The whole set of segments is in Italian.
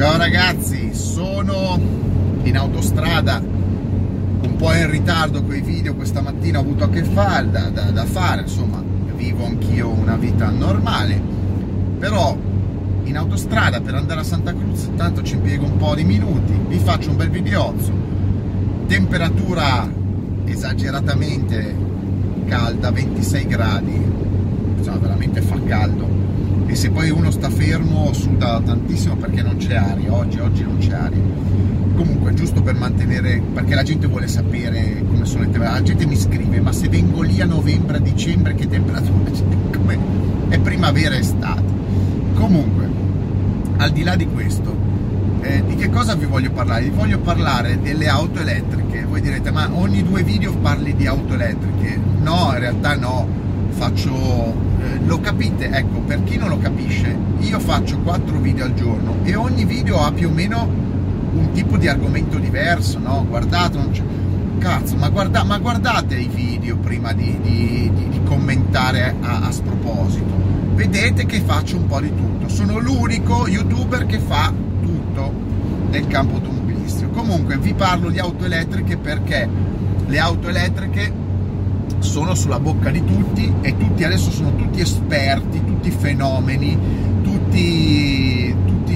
Ciao ragazzi, sono in autostrada, un po' in ritardo con i video questa mattina, ho avuto a che fare da fare, insomma, vivo anch'io una vita normale, però in autostrada per andare a Santa Cruz tanto ci impiego un po' di minuti, vi faccio un bel videozzo, temperatura esageratamente calda, 26 gradi, insomma veramente fa caldo. E se poi uno sta fermo suda tantissimo perché non c'è aria, oggi non c'è aria. Comunque, giusto per mantenere, perché la gente vuole sapere come sono le temperature, la gente mi scrive, ma se vengo lì a novembre, a dicembre, che temperatura c'è? Come è primavera, estate. Comunque, al di là di questo, di che cosa vi voglio parlare? Vi voglio parlare delle auto elettriche. Voi direte, ma ogni 2 video parli di auto elettriche? No, in realtà no, faccio... lo capite? Ecco, per chi non lo capisce, io faccio 4 video al giorno e ogni video ha più o meno un tipo di argomento diverso, no? Guardate, non c'è... Cazzo, ma guardate i video prima di commentare a sproposito. Vedete che faccio un po' di tutto. Sono l'unico youtuber che fa tutto nel campo automobilistico. Comunque vi parlo di auto elettriche perché le auto elettriche sono sulla bocca di tutti e tutti adesso sono tutti esperti, tutti fenomeni, tutti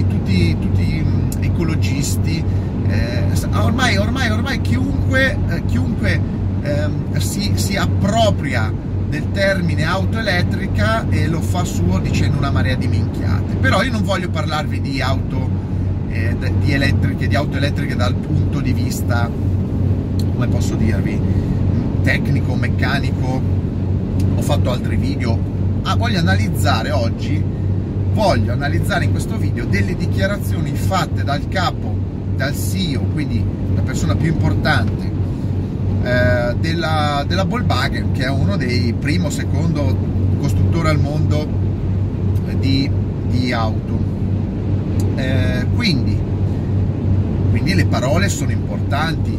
ecologisti. Ormai chiunque si appropria del termine auto elettrica e lo fa suo dicendo una marea di minchiate. Però io non voglio parlarvi di auto elettriche dal punto di vista, come posso dirvi, tecnico, meccanico. Ho fatto altri video. Voglio analizzare in questo video delle dichiarazioni fatte dal capo, dal CEO, quindi la persona più importante della Volkswagen, che è uno dei primo o secondo costruttore al mondo di auto. Quindi le parole sono importanti.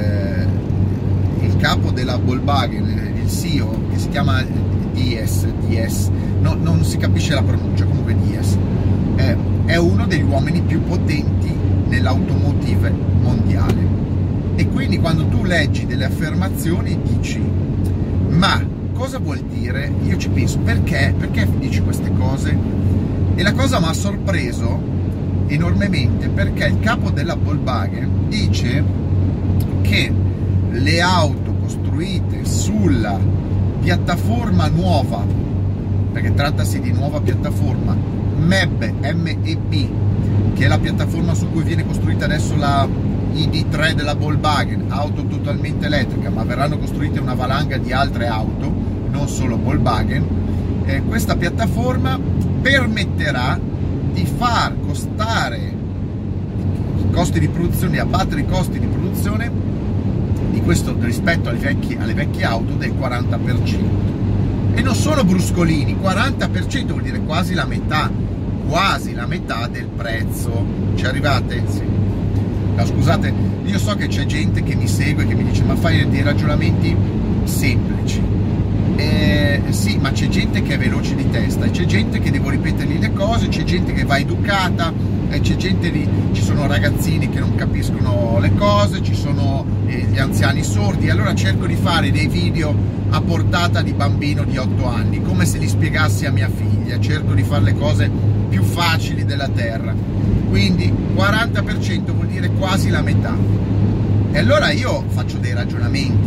Il capo della Volkswagen, il CEO, che si chiama Diess, no, non si capisce la pronuncia, comunque Diess, è uno degli uomini più potenti nell'automotive mondiale. E quindi quando tu leggi delle affermazioni dici, ma cosa vuol dire? Io ci penso, perché dici queste cose? E la cosa mi ha sorpreso enormemente, perché il capo della Volkswagen dice che le auto costruite sulla piattaforma nuova, perché trattasi di nuova piattaforma, MEB, che è la piattaforma su cui viene costruita adesso la ID3 della Volkswagen, auto totalmente elettrica, ma verranno costruite una valanga di altre auto, non solo Volkswagen. Questa piattaforma permetterà di far costare i costi di produzione, di abbattere i costi di produzione di questo rispetto alle vecchie auto del 40%. E non sono bruscolini, 40% vuol dire quasi la metà del prezzo. Ci arrivate? Sì. No, scusate, io so che c'è gente che mi segue, che mi dice, ma fai dei ragionamenti semplici. Sì, ma c'è gente che è veloce di testa, e c'è gente che devo ripetergli le cose, c'è gente che va educata, ci sono ragazzini che non capiscono le cose, ci sono gli anziani sordi, e allora cerco di fare dei video a portata di bambino di 8 anni, come se li spiegassi a mia figlia, cerco di fare le cose più facili della terra. Quindi 40% vuol dire quasi la metà. E allora io faccio dei ragionamenti,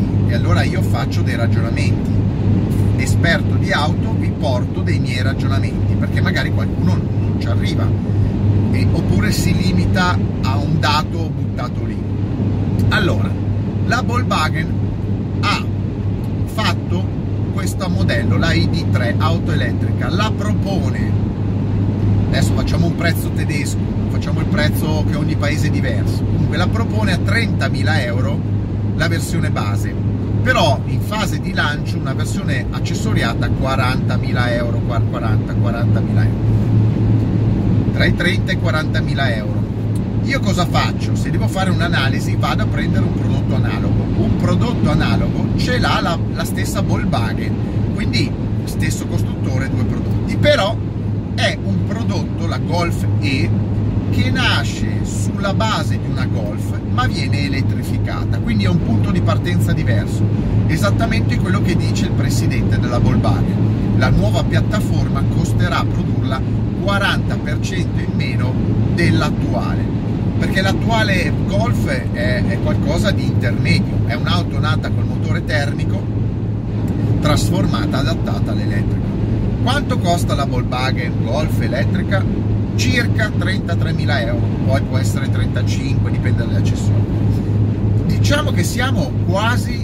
esperto di auto, vi porto dei miei ragionamenti, perché magari qualcuno non ci arriva, oppure si limita a un dato buttato lì. Allora, la Volkswagen ha fatto questo modello, la ID3 auto elettrica, la propone, adesso facciamo un prezzo tedesco, facciamo il prezzo che ogni paese è diverso, comunque la propone a 30.000 euro la versione base, però in fase di lancio una versione accessoriata a 40.000 euro, 40.000 euro, tra i 30 e i 40.000 euro. Io cosa faccio? Se devo fare un'analisi, vado a prendere un prodotto analogo. Un prodotto analogo ce l'ha la stessa Volkswagen, quindi stesso costruttore, 2 prodotti, però è un prodotto, la Golf E, che nasce sulla base di una Golf ma viene elettrificata, quindi è un punto di partenza diverso, esattamente quello che dice il presidente della Volkswagen. La nuova piattaforma costerà a produrla 40% in meno dell'attuale, perché l'attuale Golf è qualcosa di intermedio, è un'auto nata col motore termico trasformata, adattata all'elettrico. Quanto costa la Volkswagen Golf elettrica? Circa 33.000 euro, poi può essere 35, dipende dagli accessori. Diciamo che siamo quasi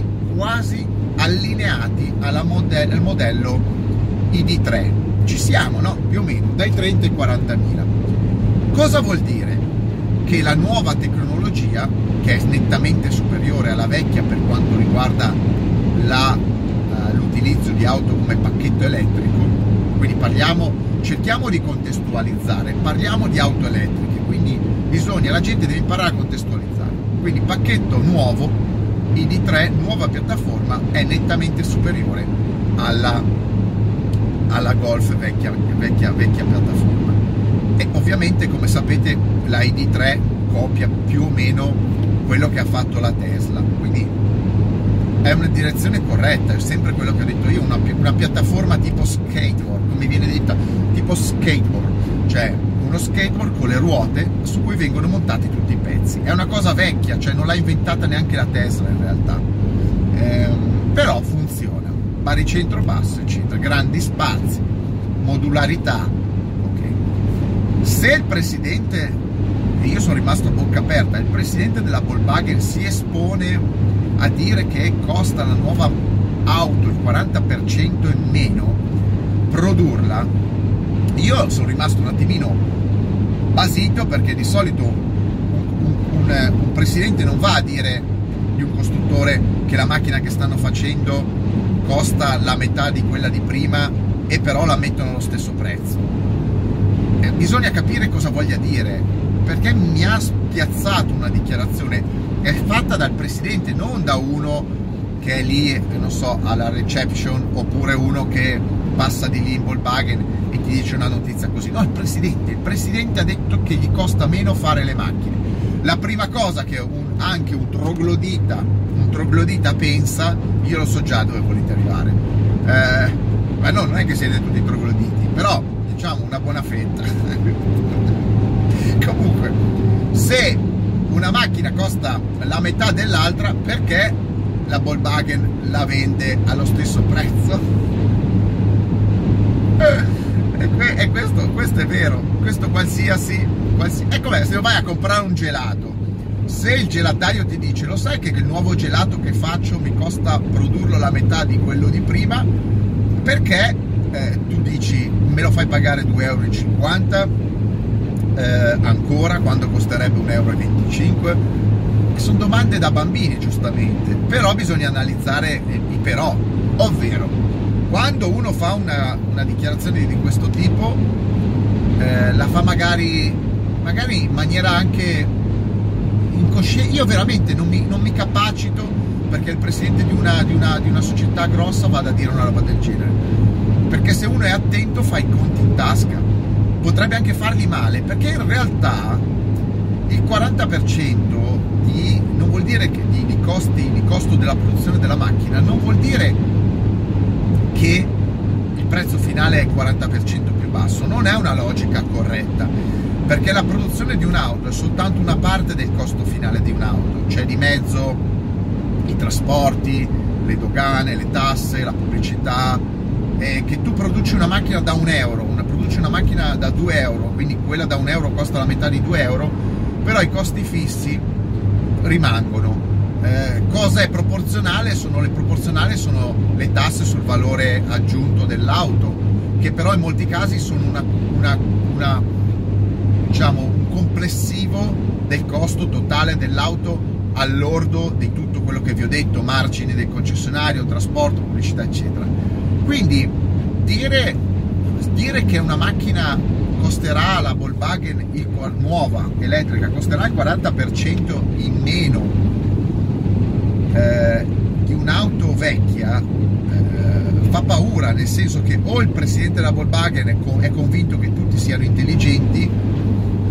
allineati al modello ID3, ci siamo, no? Più o meno, dai 30 ai 40.000. Cosa vuol dire? Che la nuova tecnologia, che è nettamente superiore alla vecchia per quanto riguarda l'utilizzo di auto come pacchetto elettrico, quindi cerchiamo di contestualizzare, parliamo di auto elettriche, quindi la gente deve imparare a contestualizzare. Quindi pacchetto nuovo, ID3, nuova piattaforma, è nettamente superiore alla Golf vecchia piattaforma. E ovviamente, come sapete, la ID3 copia più o meno quello che ha fatto la Tesla, quindi è una direzione corretta, è sempre quello che ho detto io, una piattaforma tipo skateboard, come viene detta, tipo skateboard, cioè uno skateboard con le ruote su cui vengono montati tutti i pezzi. È una cosa vecchia, cioè non l'ha inventata neanche la Tesla in realtà, però funziona, baricentro basso eccetera, grandi spazi, modularità, ok. Se il presidente, e io sono rimasto a bocca aperta, il presidente della Volkswagen si espone a dire che costa la nuova auto il 40% in meno produrla, io sono rimasto un attimino basito, perché di solito un presidente non va a dire di un costruttore che la macchina che stanno facendo costa la metà di quella di prima e però la mettono allo stesso prezzo. Bisogna capire cosa voglia dire, perché mi ha spiazzato una dichiarazione è fatta dal presidente, non da uno che è lì, non so, alla reception, oppure uno che passa di lì in Volkswagen e ti dice una notizia così. No, il presidente ha detto che gli costa meno fare le macchine. La prima cosa che anche un troglodita pensa, io lo so già dove volete arrivare, ma no, non è che siete tutti trogloditi, però diciamo una buona fetta. Comunque, se una macchina costa la metà dell'altra, perché la Volkswagen la vende allo stesso prezzo? E questo è vero, questo qualsiasi è come se vai a comprare un gelato. Se il gelataio ti dice, lo sai che il nuovo gelato che faccio mi costa produrlo la metà di quello di prima, perché tu dici me lo fai pagare 2,50 euro ancora, quando costerebbe 1,25 euro? Sono domande da bambini, giustamente, però bisogna analizzare i però, ovvero quando uno fa una dichiarazione di questo tipo, la fa magari in maniera anche incosciente. Io veramente non mi capacito perché il presidente di una società grossa vada a dire una roba del genere, perché se uno è attento fa i conti in tasca, potrebbe anche farli male, perché in realtà il 40% non vuol dire che di costo della produzione della macchina non vuol dire che il prezzo finale è il 40% più basso. Non è una logica corretta, perché la produzione di un'auto è soltanto una parte del costo finale di un'auto, c'è di mezzo i trasporti, le dogane, le tasse, la pubblicità. Che tu produci una macchina da 1 euro, produci una macchina da 2 euro, quindi quella da 1 euro costa la metà di 2 euro, però i costi fissi rimangono. Cosa è proporzionale? Sono le tasse sul valore aggiunto dell'auto, che però in molti casi sono diciamo un complessivo del costo totale dell'auto al lordo di tutto quello che vi ho detto, margini del concessionario, trasporto, pubblicità eccetera. Quindi dire che una macchina costerà, la Volkswagen nuova elettrica costerà il 40% in meno di un'auto vecchia, fa paura, nel senso che o il presidente della Volkswagen è convinto che tutti siano intelligenti,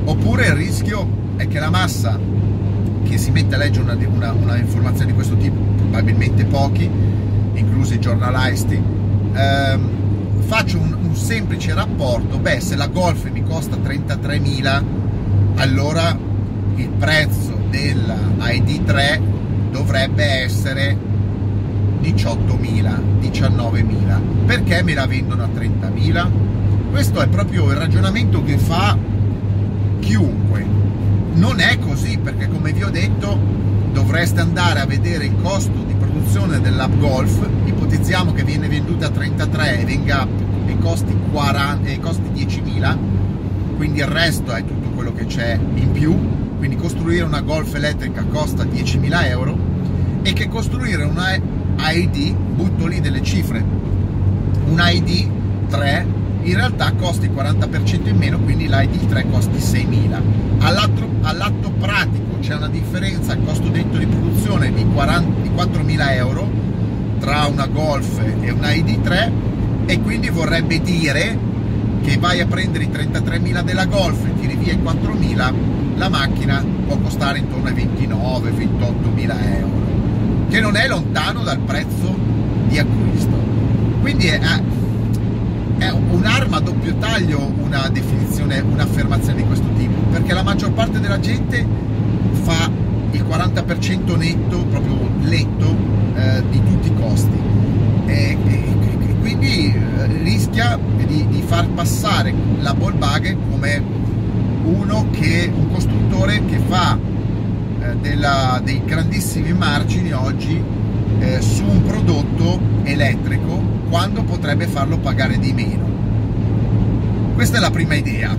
Oppure il rischio è che la massa che si mette a leggere una informazione di questo tipo, probabilmente pochi, inclusi i giornalisti, faccio un semplice rapporto: beh, se la Golf mi costa 33.000, allora il prezzo della ID3 dovrebbe essere 18.000, 19.000, perché me la vendono a 30.000? Questo è proprio il ragionamento che fa chiunque. Non è così, perché come vi ho detto dovreste andare a vedere il costo di produzione dell'App Golf. Ipotizziamo che viene venduta a 33 e costi 10.000, quindi il resto è tutto quello che c'è in più. Quindi costruire una Golf elettrica costa 10.000 euro, e che costruire una ID, butto lì delle cifre, una ID 3 in realtà costi 40% in meno, quindi l'ID 3 costi 6.000. All'atto pratico c'è una differenza al costo netto di produzione di 4.000 euro tra una Golf e una ID 3, e quindi vorrebbe dire che vai a prendere i 33.000 della Golf e tiri via i 4.000, la macchina può costare intorno ai 29-28.000 euro, che non è lontano dal prezzo di acquisto. Quindi è un'arma a doppio taglio una definizione, un'affermazione di questo tipo, perché la maggior parte della gente fa il 40% netto, proprio letto, di tutti i costi, e quindi rischia di far passare la Volkswagen come un costruttore che fa dei grandissimi margini oggi su un prodotto elettrico, quando potrebbe farlo pagare di meno. Questa è la prima idea.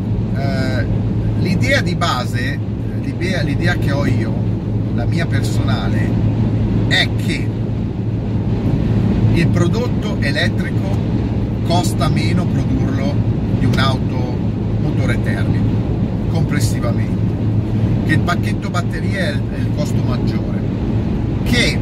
L'idea di base, l'idea che ho io, la mia personale, è che il prodotto elettrico costa meno produrlo di un'auto motore termico complessivamente, che il pacchetto batterie è il costo maggiore, che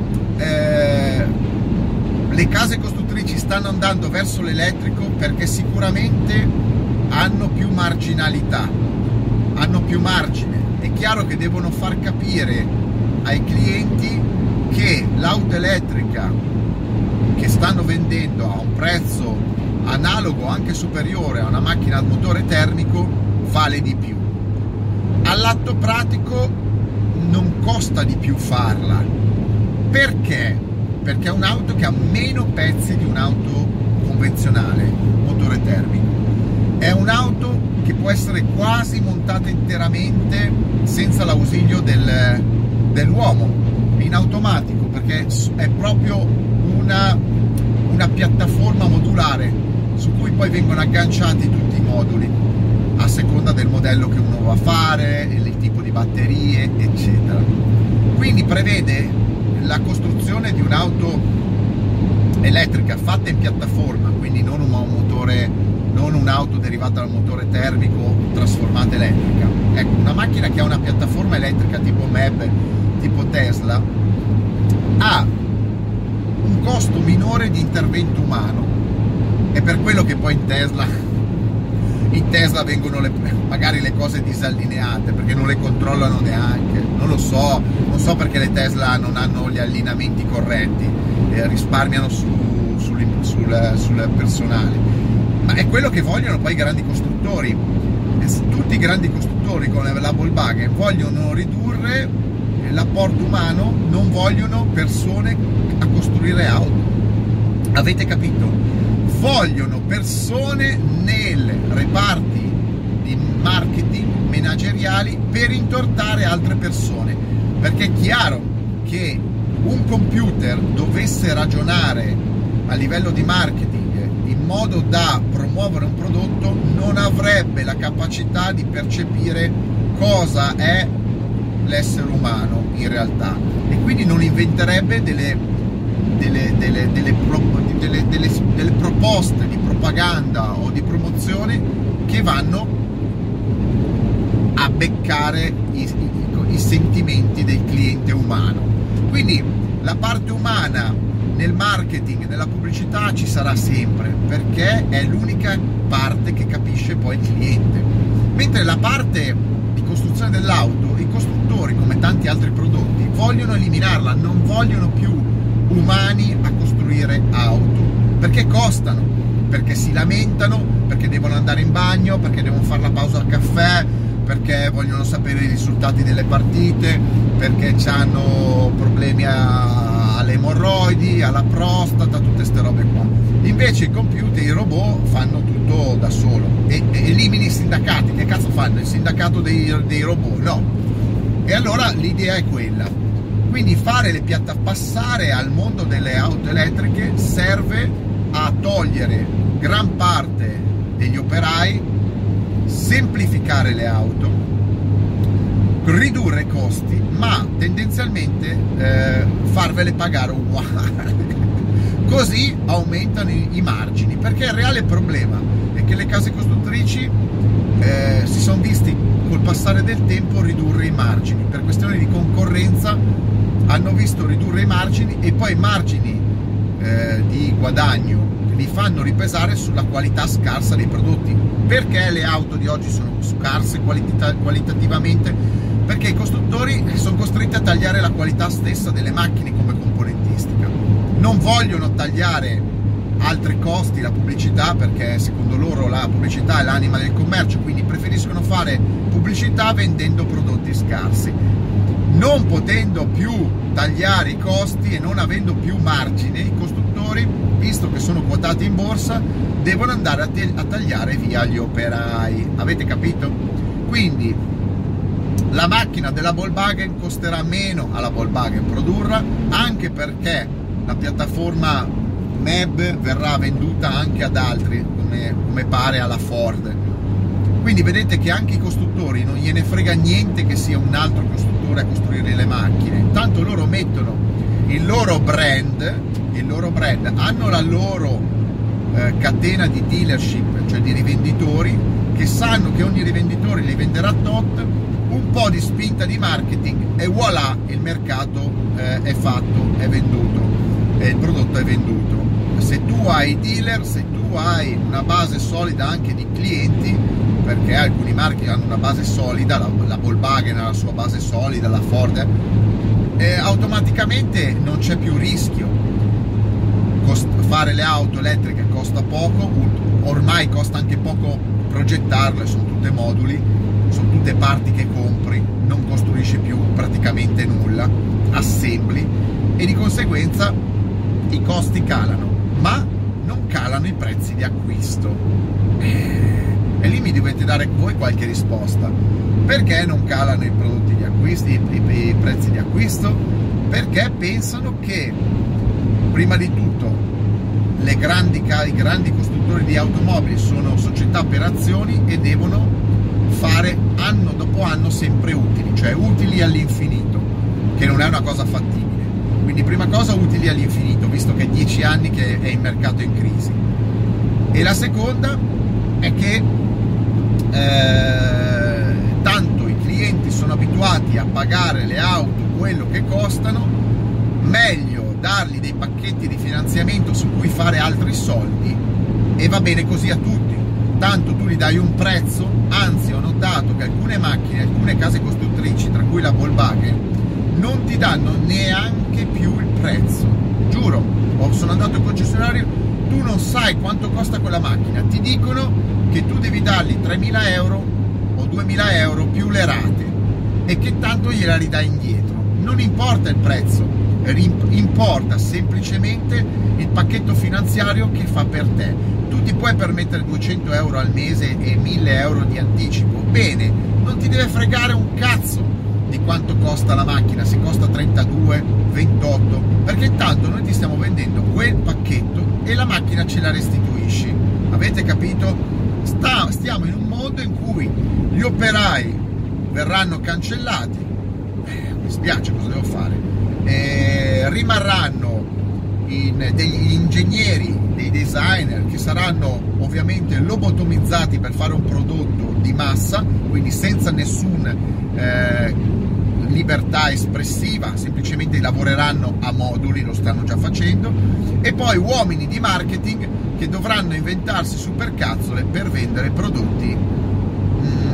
le case costruttrici stanno andando verso l'elettrico perché sicuramente hanno più marginalità, hanno più margine. È chiaro che devono far capire ai clienti che l'auto elettrica che stanno vendendo a un prezzo analogo, anche superiore a una macchina a motore termico, vale di più. All'atto pratico non costa di più farla. Perché? Perché è un'auto che ha meno pezzi di un'auto convenzionale, motore termico. È un'auto che può essere quasi montata interamente senza l'ausilio dell'uomo, in automatico, perché è proprio una piattaforma modulare su cui poi vengono agganciati tutti i moduli a seconda del modello che uno va a fare, il tipo di batterie, eccetera. Quindi prevede la costruzione di un'auto elettrica fatta in piattaforma, quindi non un motore, non un'auto derivata dal motore termico trasformata elettrica. Ecco, una macchina che ha una piattaforma elettrica tipo MEB, tipo Tesla, ha un costo minore di intervento umano. È per quello che poi in Tesla vengono magari le cose disallineate, perché non le controllano neanche. Non lo so, non so perché le Tesla non hanno gli allineamenti corretti e risparmiano sul personale, ma è quello che vogliono poi i grandi costruttori. Tutti i grandi costruttori con la Volkswagen vogliono ridurre l'apporto umano, non vogliono persone a costruire auto. Avete capito? Vogliono persone nei reparti di marketing manageriali per intortare altre persone, perché è chiaro che un computer dovesse ragionare a livello di marketing in modo da promuovere un prodotto, non avrebbe la capacità di percepire cosa è l'essere umano in realtà, e quindi non inventerebbe delle proposte di propaganda o di promozione che vanno a beccare i sentimenti del cliente umano. Quindi la parte umana nel marketing, nella pubblicità ci sarà sempre, perché è l'unica parte che capisce poi il cliente. Mentre la parte di costruzione dell'auto, i costruttori, come tanti altri prodotti, vogliono eliminarla, non vogliono più umani a costruire auto, perché costano, perché si lamentano, perché devono andare in bagno, perché devono fare la pausa al caffè, perché vogliono sapere i risultati delle partite, perché hanno problemi alle emorroidi, alla prostata, tutte queste robe qua. Invece i computer, i robot fanno tutto da solo e elimini i sindacati. Che cazzo fanno? Il sindacato dei robot? No. E allora l'idea è quella. Quindi passare al mondo delle auto elettriche serve a togliere gran parte degli operai, semplificare le auto, ridurre i costi, ma tendenzialmente farvele pagare uguali. Così aumentano i margini, perché il reale problema è che le case costruttrici si sono visti col passare del tempo ridurre i margini, per questioni di concorrenza hanno visto ridurre i margini e poi i margini di guadagno li fanno ripesare sulla qualità scarsa dei prodotti. Perché le auto di oggi sono scarse qualitativamente? Perché i costruttori sono costretti a tagliare la qualità stessa delle macchine come componentistica. Non vogliono tagliare altri costi, la pubblicità, perché secondo loro la pubblicità è l'anima del commercio, quindi preferiscono fare pubblicità vendendo prodotti scarsi. Non potendo più tagliare i costi e non avendo più margine, i costruttori, visto che sono quotati in borsa, devono andare a tagliare via gli operai. Avete capito? Quindi la macchina della Volkswagen costerà meno alla Volkswagen produrla, anche perché la piattaforma MEB verrà venduta anche ad altri, come pare alla Ford. Quindi vedete che anche i costruttori non gliene frega niente che sia un altro costruttore a costruire le macchine, tanto loro mettono il loro brand, hanno la loro catena di dealership, cioè di rivenditori, che sanno che ogni rivenditore li venderà tot, un po' di spinta di marketing e voilà, il mercato è fatto, è venduto, il prodotto è venduto. Se tu hai dealer, se tu hai una base solida anche di clienti, perché alcuni marchi hanno una base solida, la Volkswagen ha la sua base solida, la Ford, automaticamente non c'è più rischio. Fare le auto elettriche costa poco, ormai costa anche poco progettarle, sono tutte moduli, sono tutte parti che compri, non costruisci più praticamente nulla, assembli, e di conseguenza i costi calano, ma non calano i prezzi di acquisto. E lì mi dovete dare voi qualche risposta. Perché non calano i prodotti di acquisto, i prezzi di acquisto? Perché pensano che, prima di tutto, i grandi costruttori di automobili sono società per azioni e devono fare anno dopo anno sempre utili, cioè utili all'infinito, che non è una cosa fattibile. Quindi prima cosa, utili all'infinito, visto che è 10 anni che è il mercato in crisi. E la seconda è che tanto i clienti sono abituati a pagare le auto quello che costano, meglio dargli dei pacchetti di finanziamento su cui fare altri soldi e va bene così a tutti. Tanto tu gli dai un prezzo, anzi ho notato che alcune macchine, alcune case costruttrici, tra cui la Volkswagen, non ti danno neanche più il prezzo. Giuro, sono andato al concessionario, tu non sai quanto costa quella macchina, ti dicono che tu devi dargli 3.000 euro o 2.000 euro più le rate e che tanto gliela ridai indietro. Non importa il prezzo, importa semplicemente il pacchetto finanziario che fa per te. Tu ti puoi permettere 200 euro al mese e 1.000 euro di anticipo, bene, non ti deve fregare un cazzo di quanto costa la macchina, se costa 32, 28, perché intanto noi ti stiamo vendendo quel pacchetto e la macchina ce la restituisci. Avete capito? Stiamo in un mondo in cui gli operai verranno cancellati, mi spiace, cosa devo fare? Rimarranno degli ingegneri, dei designer che saranno ovviamente lobotomizzati per fare un prodotto di massa, quindi senza nessuna libertà espressiva, semplicemente lavoreranno a moduli, lo stanno già facendo, e poi uomini di marketing che dovranno inventarsi supercazzole per vendere prodotti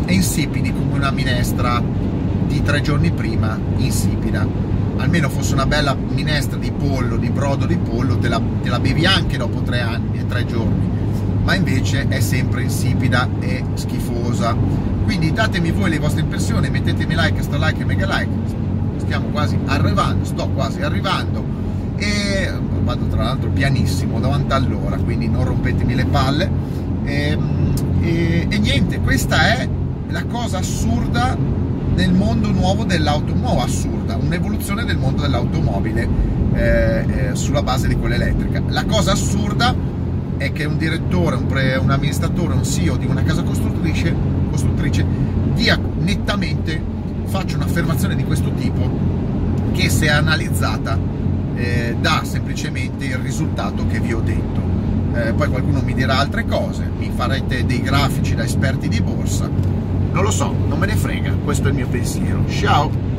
e insipidi come una minestra di 3 giorni prima, insipida. Almeno fosse una bella minestra di pollo, di brodo di pollo, te la bevi anche dopo 3 anni e 3 giorni, ma invece è sempre insipida e schifosa. Quindi datemi voi le vostre impressioni, mettetemi like, stralike e mega like. Stiamo quasi arrivando, sto quasi arrivando, e vado tra l'altro pianissimo, 90 all'ora, quindi non rompetemi le palle. E niente, questa è la cosa assurda nel mondo nuovo dell'automobile, assurda, un'evoluzione del mondo dell'automobile sulla base di quella elettrica. La cosa assurda è che un direttore, un amministratore, un CEO di una casa costruttrice dia nettamente, faccia un'affermazione di questo tipo, che se analizzata dà semplicemente il risultato che vi ho detto. Poi qualcuno mi dirà altre cose, mi farete dei grafici da esperti di borsa, non lo so, non me ne frega, questo è il mio pensiero. Ciao!